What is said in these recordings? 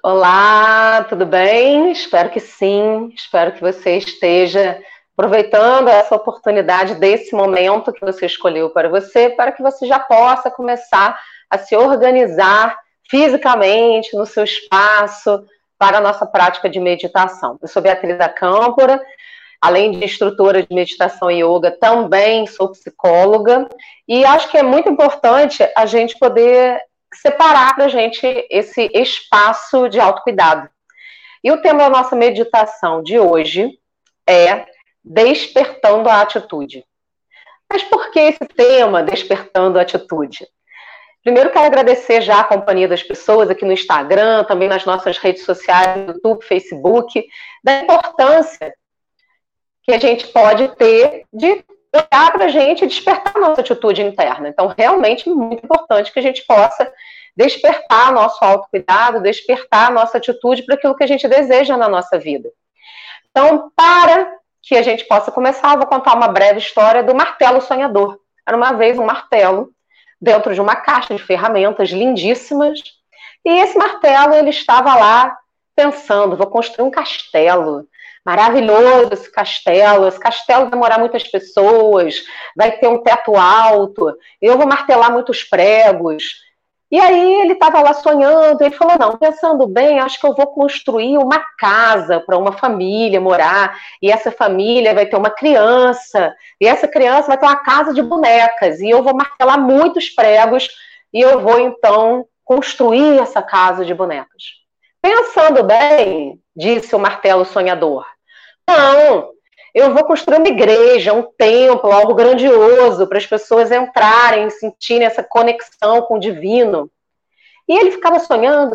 Olá, tudo bem? Espero que sim, espero que você esteja aproveitando essa oportunidade desse momento que você escolheu para que você já possa começar a se organizar fisicamente no seu espaço para a nossa prática de meditação. Eu sou Beatriz da Câmpora, além de instrutora de meditação e yoga, também sou psicóloga, e acho que é muito importante a gente poder separar para a gente esse espaço de autocuidado. E o tema da nossa meditação de hoje é despertando a atitude. Mas por que esse tema, despertando a atitude? Primeiro, quero agradecer já a companhia das pessoas aqui no Instagram, também nas nossas redes sociais, YouTube, Facebook, da importância que a gente pode ter de olhar para a gente e despertar a nossa atitude interna. Então, realmente, muito importante que a gente possa despertar nosso autocuidado, despertar a nossa atitude para aquilo que a gente deseja na nossa vida. Então, para que a gente possa começar, eu vou contar uma breve história do martelo sonhador. Era uma vez um martelo dentro de uma caixa de ferramentas lindíssimas, e esse martelo, ele estava lá pensando, vou construir um castelo, maravilhoso esse castelo vai morar muitas pessoas, vai ter um teto alto, eu vou martelar muitos pregos. E aí ele estava lá sonhando, ele falou, não, pensando bem, acho que eu vou construir uma casa para uma família morar, e essa família vai ter uma criança, e essa criança vai ter uma casa de bonecas, e eu vou martelar muitos pregos, e eu vou então construir essa casa de bonecas. Pensando bem, disse o martelo sonhador, não, eu vou construir uma igreja, um templo, algo grandioso para as pessoas entrarem, sentirem essa conexão com o divino. E ele ficava sonhando,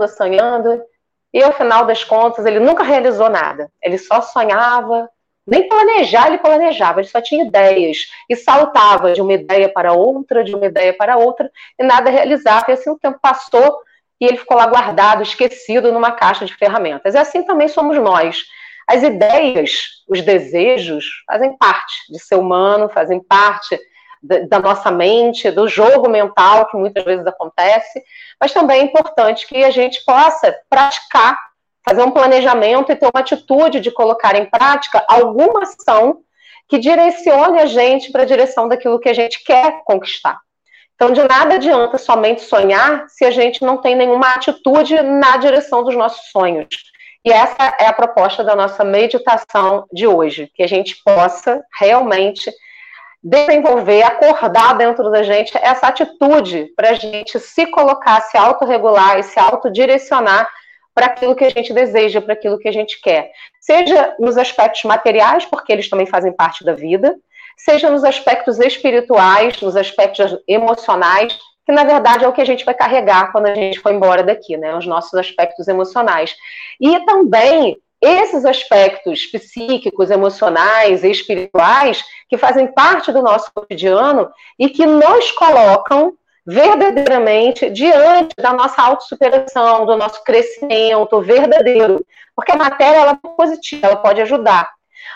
e ao final das contas ele nunca realizou nada. Ele só sonhava, nem planejar ele planejava, ele só tinha ideias e saltava de uma ideia para outra, e nada realizava. E assim o tempo passou e ele ficou lá guardado, esquecido numa caixa de ferramentas. E assim também somos nós. As ideias, os desejos, fazem parte de ser humano, fazem parte da nossa mente, do jogo mental que muitas vezes acontece, mas também é importante que a gente possa praticar, fazer um planejamento e ter uma atitude de colocar em prática alguma ação que direcione a gente para a direção daquilo que a gente quer conquistar. Então, de nada adianta somente sonhar se a gente não tem nenhuma atitude na direção dos nossos sonhos. E essa é a proposta da nossa meditação de hoje, que a gente possa realmente desenvolver, acordar dentro da gente essa atitude para a gente se colocar, se autorregular e se autodirecionar para aquilo que a gente deseja, para aquilo que a gente quer. Seja nos aspectos materiais, porque eles também fazem parte da vida, seja nos aspectos espirituais, nos aspectos emocionais, que na verdade é o que a gente vai carregar quando a gente for embora daqui, né? Os nossos aspectos emocionais. E também esses aspectos psíquicos, emocionais e espirituais que fazem parte do nosso cotidiano e que nos colocam verdadeiramente diante da nossa autossuperação, do nosso crescimento verdadeiro. Porque a matéria ela é positiva, ela pode ajudar.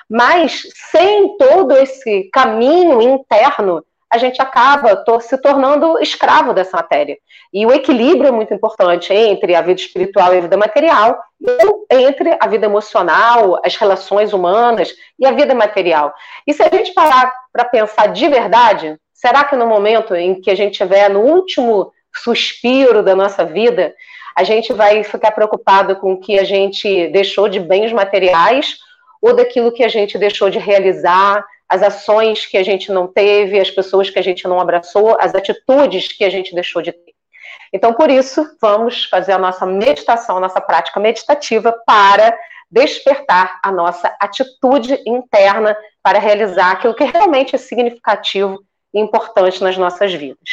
Mas sem todo esse caminho interno, a gente acaba se tornando escravo dessa matéria. E o equilíbrio é muito importante entre a vida espiritual e a vida material, e entre a vida emocional, as relações humanas e a vida material. E se a gente parar para pensar de verdade, será que no momento em que a gente estiver no último suspiro da nossa vida, a gente vai ficar preocupado com o que a gente deixou de bens materiais ou daquilo que a gente deixou de realizar, as ações que a gente não teve, as pessoas que a gente não abraçou, as atitudes que a gente deixou de ter. Então, por isso, vamos fazer a nossa meditação, a nossa prática meditativa para despertar a nossa atitude interna para realizar aquilo que realmente é significativo e importante nas nossas vidas.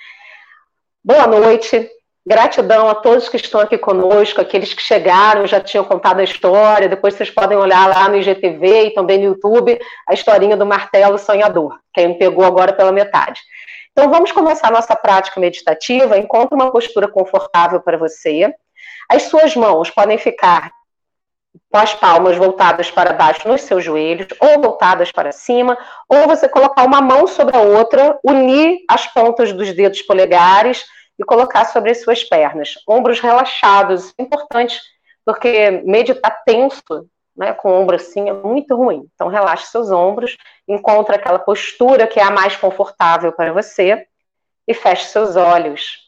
Boa noite. Gratidão a todos que estão aqui conosco, aqueles que chegaram, já tinham contado a história, depois vocês podem olhar lá no IGTV e também no YouTube, a historinha do martelo sonhador, quem pegou agora pela metade. Então vamos começar a nossa prática meditativa, encontre uma postura confortável para você. As suas mãos podem ficar com as palmas voltadas para baixo nos seus joelhos, ou voltadas para cima, ou você colocar uma mão sobre a outra, unir as pontas dos dedos polegares, e colocar sobre as suas pernas. Ombros relaxados, importante, porque meditar tenso, né, com o ombro assim, é muito ruim. Então, relaxe seus ombros, encontre aquela postura que é a mais confortável para você e feche seus olhos.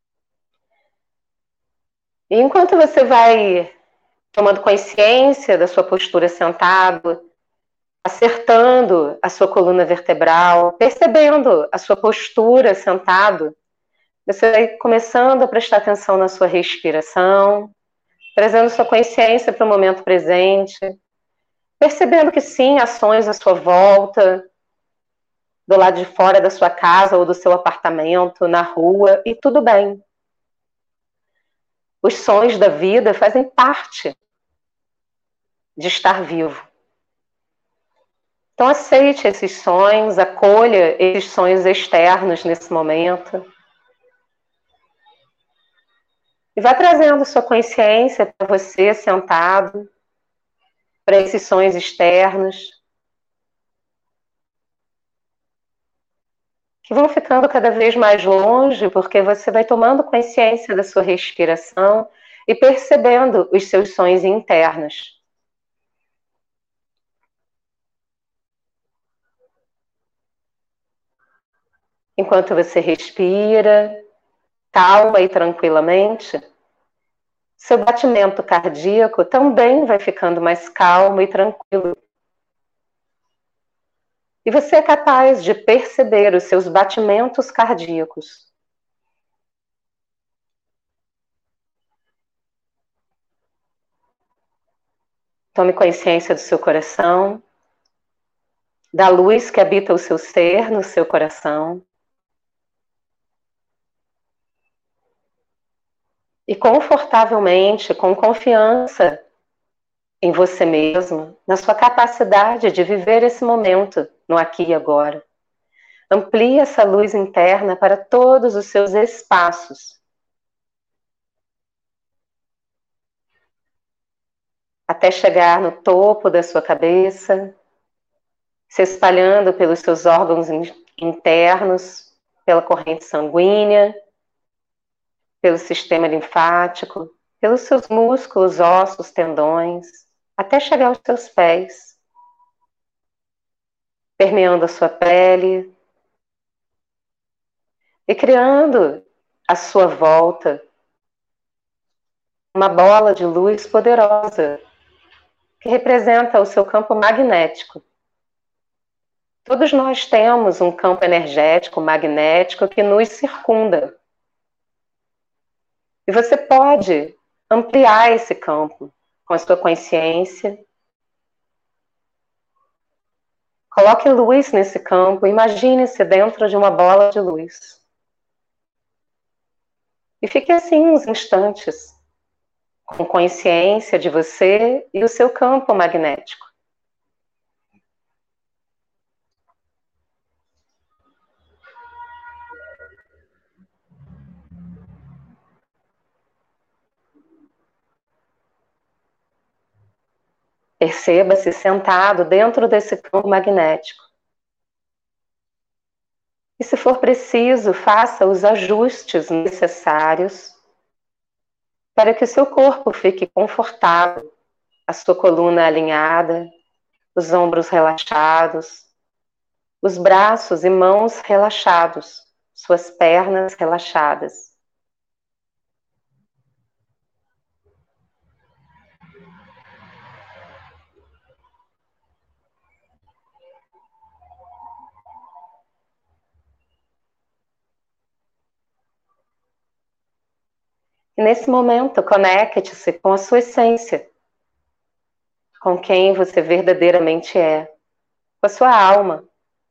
E enquanto você vai tomando consciência da sua postura sentado, acertando a sua coluna vertebral, percebendo a sua postura sentado, você vai começando a prestar atenção na sua respiração, trazendo sua consciência para o momento presente, percebendo que sim, ações à sua volta, do lado de fora da sua casa ou do seu apartamento, na rua, e tudo bem. Os sons da vida fazem parte de estar vivo. Então aceite esses sonhos, acolha esses sonhos externos nesse momento. E vá trazendo sua consciência para você sentado, para esses sonhos externos, que vão ficando cada vez mais longe, porque você vai tomando consciência da sua respiração e percebendo os seus sonhos internos. Enquanto você respira, calma e tranquilamente, seu batimento cardíaco também vai ficando mais calmo e tranquilo. E você é capaz de perceber os seus batimentos cardíacos. Tome consciência do seu coração, da luz que habita o seu ser no seu coração. E confortavelmente, com confiança em você mesmo, na sua capacidade de viver esse momento no aqui e agora. Amplie essa luz interna para todos os seus espaços. Até chegar no topo da sua cabeça, se espalhando pelos seus órgãos internos, pela corrente sanguínea, pelo sistema linfático, pelos seus músculos, ossos, tendões, até chegar aos seus pés, permeando a sua pele e criando à sua volta uma bola de luz poderosa que representa o seu campo magnético. Todos nós temos um campo energético, magnético, que nos circunda. E você pode ampliar esse campo com a sua consciência. Coloque luz nesse campo, imagine-se dentro de uma bola de luz. E fique assim uns instantes, com consciência de você e o seu campo magnético. Perceba-se sentado dentro desse campo magnético. E se for preciso, faça os ajustes necessários para que o seu corpo fique confortável, a sua coluna alinhada, os ombros relaxados, os braços e mãos relaxados, suas pernas relaxadas. E nesse momento, conecte-se com a sua essência, com quem você verdadeiramente é, com a sua alma.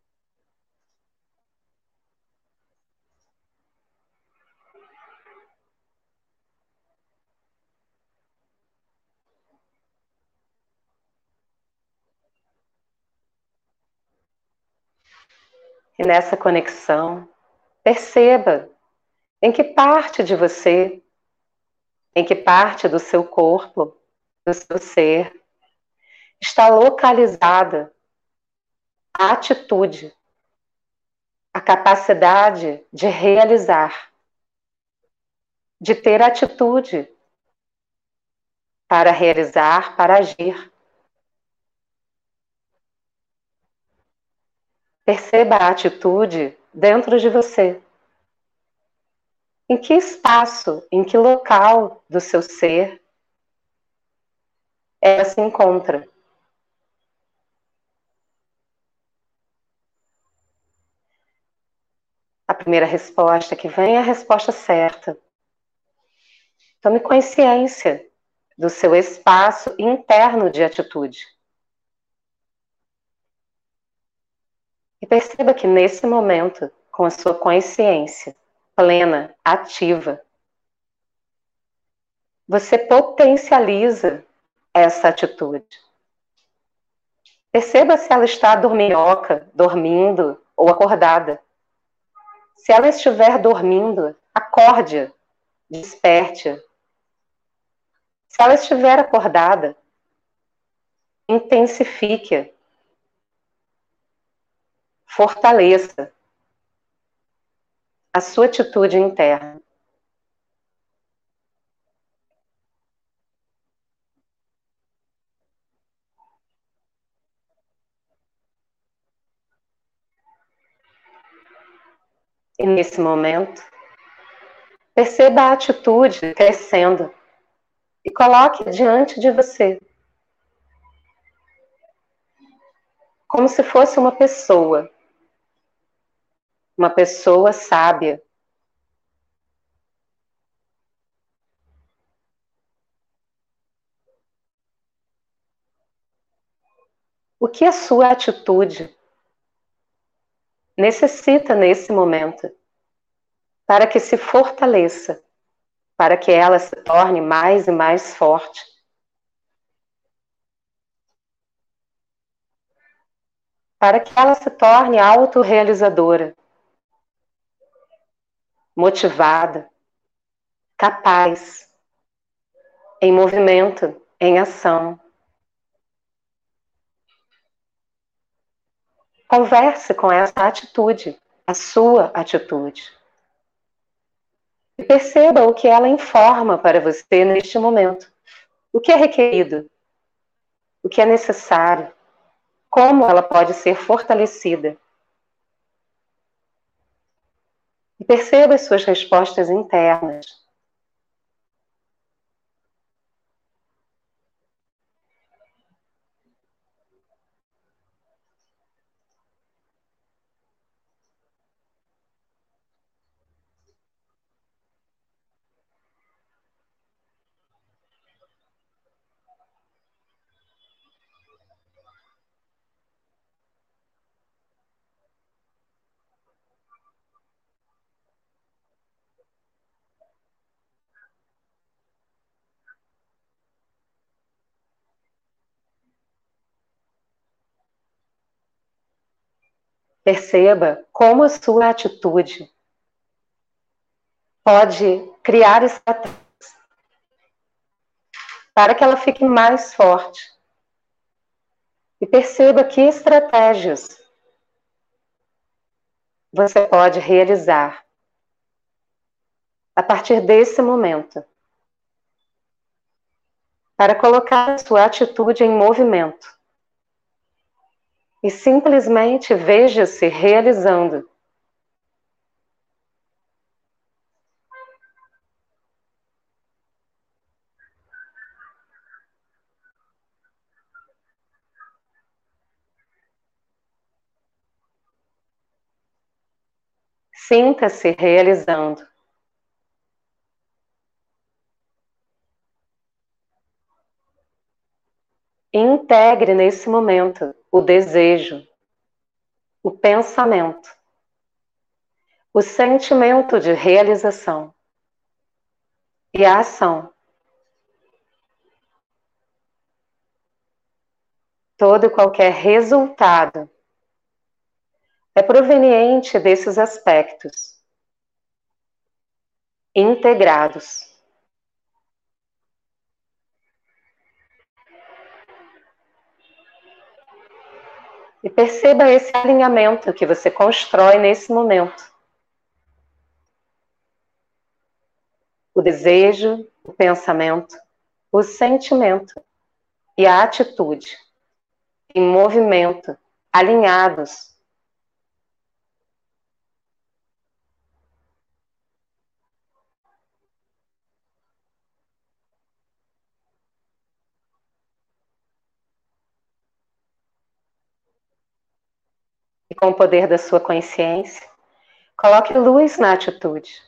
E nessa conexão, perceba em que parte de você, em que parte do seu corpo, do seu ser, está localizada a atitude, a capacidade de realizar. de ter atitude para realizar, para agir. Perceba a atitude dentro de você. Em que espaço, em que local do seu ser ela se encontra? A primeira resposta que vem é a resposta certa. Tome consciência do seu espaço interno de atitude. E perceba que nesse momento, com a sua consciência plena, ativa, você potencializa essa atitude. Perceba se ela está dorminhoca, dormindo ou acordada. Se ela estiver dormindo, acorde-a, desperte-a. Se ela estiver acordada, intensifique-a, fortaleça a sua atitude interna. E nesse momento, perceba a atitude crescendo e coloque diante de você, como se fosse uma pessoa sábia. O que a sua atitude necessita nesse momento para que se fortaleça, para que ela se torne mais e mais forte? Para que ela se torne autorrealizadora, motivada, capaz, em movimento, em ação. Converse com essa atitude, a sua atitude. E perceba o que ela informa para você neste momento. O que é requerido? O que é necessário? Como ela pode ser fortalecida? E perceba as suas respostas internas. Perceba como a sua atitude pode criar estratégias para que ela fique mais forte. E perceba que estratégias você pode realizar a partir desse momento para colocar a sua atitude em movimento e simplesmente veja-se realizando. Sinta-se realizando. Integre nesse momento o desejo, o pensamento, o sentimento de realização e a ação. Todo e qualquer resultado é proveniente desses aspectos integrados. E perceba esse alinhamento que você constrói nesse momento. o desejo, o pensamento, o sentimento e a atitude em movimento, alinhados. E com o poder da sua consciência, coloque luz na atitude.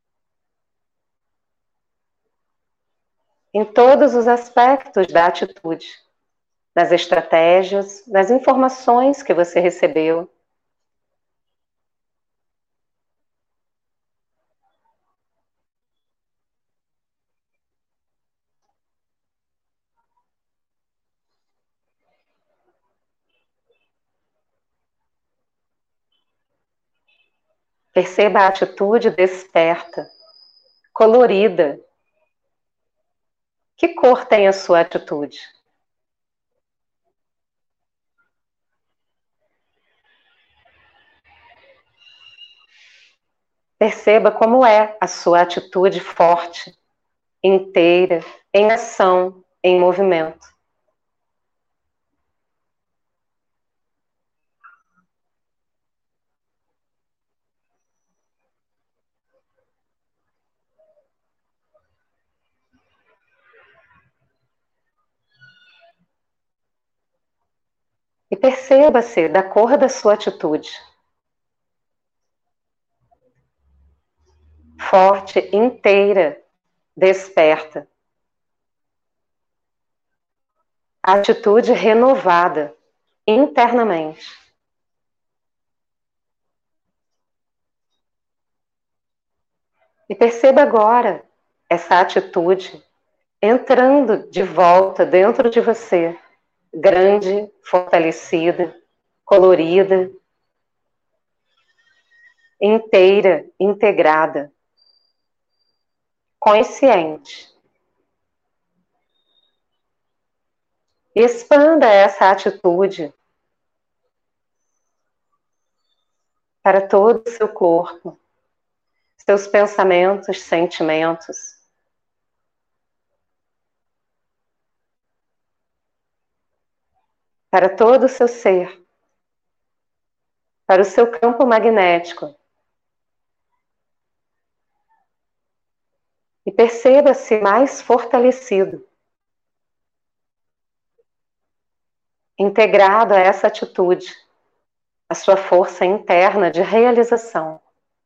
Em todos os aspectos da atitude, nas estratégias, nas informações que você recebeu. Perceba a atitude desperta, colorida. Que cor tem a sua atitude? Perceba como é a sua atitude forte, inteira, em ação, em movimento. E perceba-se da cor da sua atitude. Forte, inteira, desperta. Atitude renovada, internamente. E perceba agora essa atitude entrando de volta dentro de você, grande, fortalecida, colorida, inteira, integrada, consciente. E expanda essa atitude para todo o seu corpo, seus pensamentos, sentimentos, para todo o seu ser, para o seu campo magnético. E perceba-se mais fortalecido, integrado a essa atitude, a sua força interna de realização.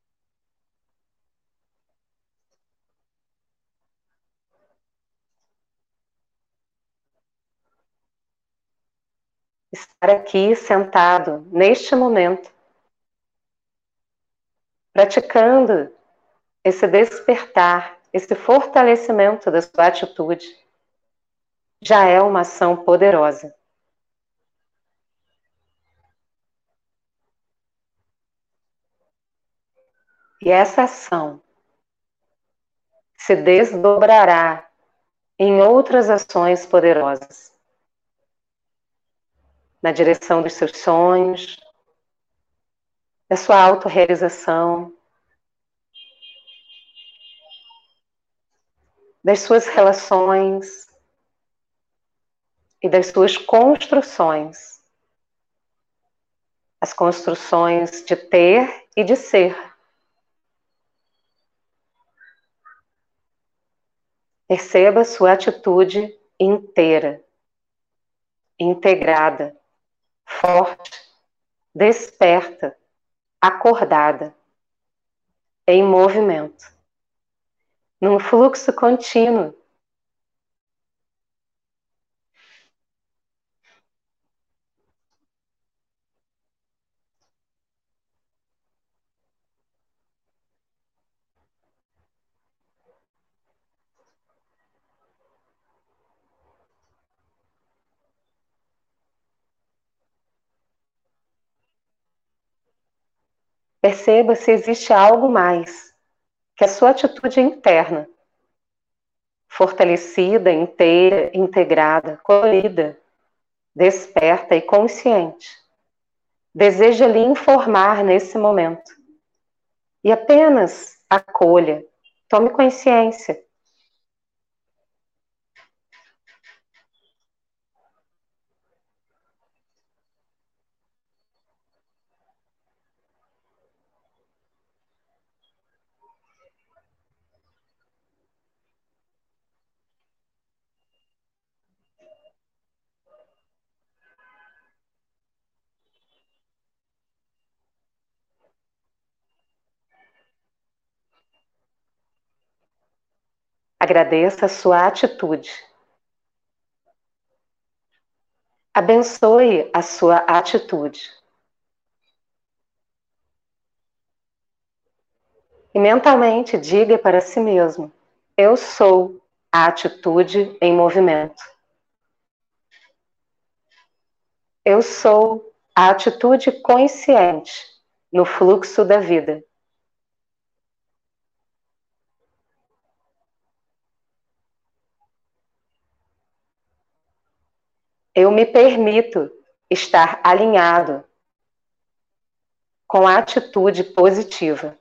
Estar aqui sentado, neste momento, praticando esse despertar, esse fortalecimento da sua atitude, já é uma ação poderosa. E essa ação se desdobrará em outras ações poderosas, na direção dos seus sonhos, da sua autorrealização, das suas relações e das suas construções. As construções de ter e de ser. Perceba sua atitude inteira, integrada, forte, desperta, acordada, em movimento, num fluxo contínuo. Perceba se existe algo mais que a sua atitude interna, fortalecida, inteira, integrada, colorida, desperta e consciente, deseja lhe informar nesse momento. E apenas acolha, Tome consciência. Agradeça a sua atitude. Abençoe a sua atitude. E mentalmente diga para si mesmo: eu sou a atitude em movimento. Eu sou a atitude consciente no fluxo da vida. Eu me permito estar alinhado com a atitude positiva.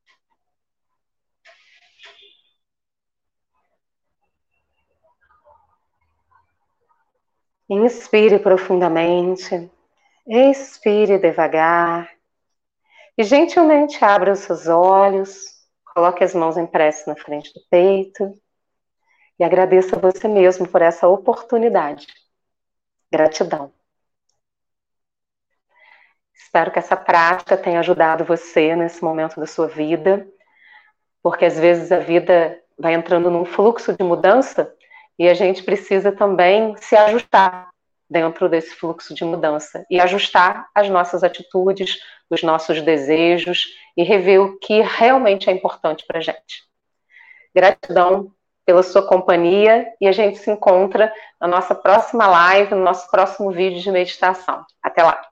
Inspire profundamente, expire devagar e gentilmente abra os seus olhos, coloque as mãos em prece na frente do peito e agradeça a você mesmo por essa oportunidade. Gratidão. Espero que essa prática tenha ajudado você nesse momento da sua vida, porque às vezes a vida vai entrando num fluxo de mudança e a gente precisa também se ajustar dentro desse fluxo de mudança e ajustar as nossas atitudes, os nossos desejos e rever o que realmente é importante para a gente. Gratidão pela sua companhia e a gente se encontra na nossa próxima live, no nosso próximo vídeo de meditação. Até lá!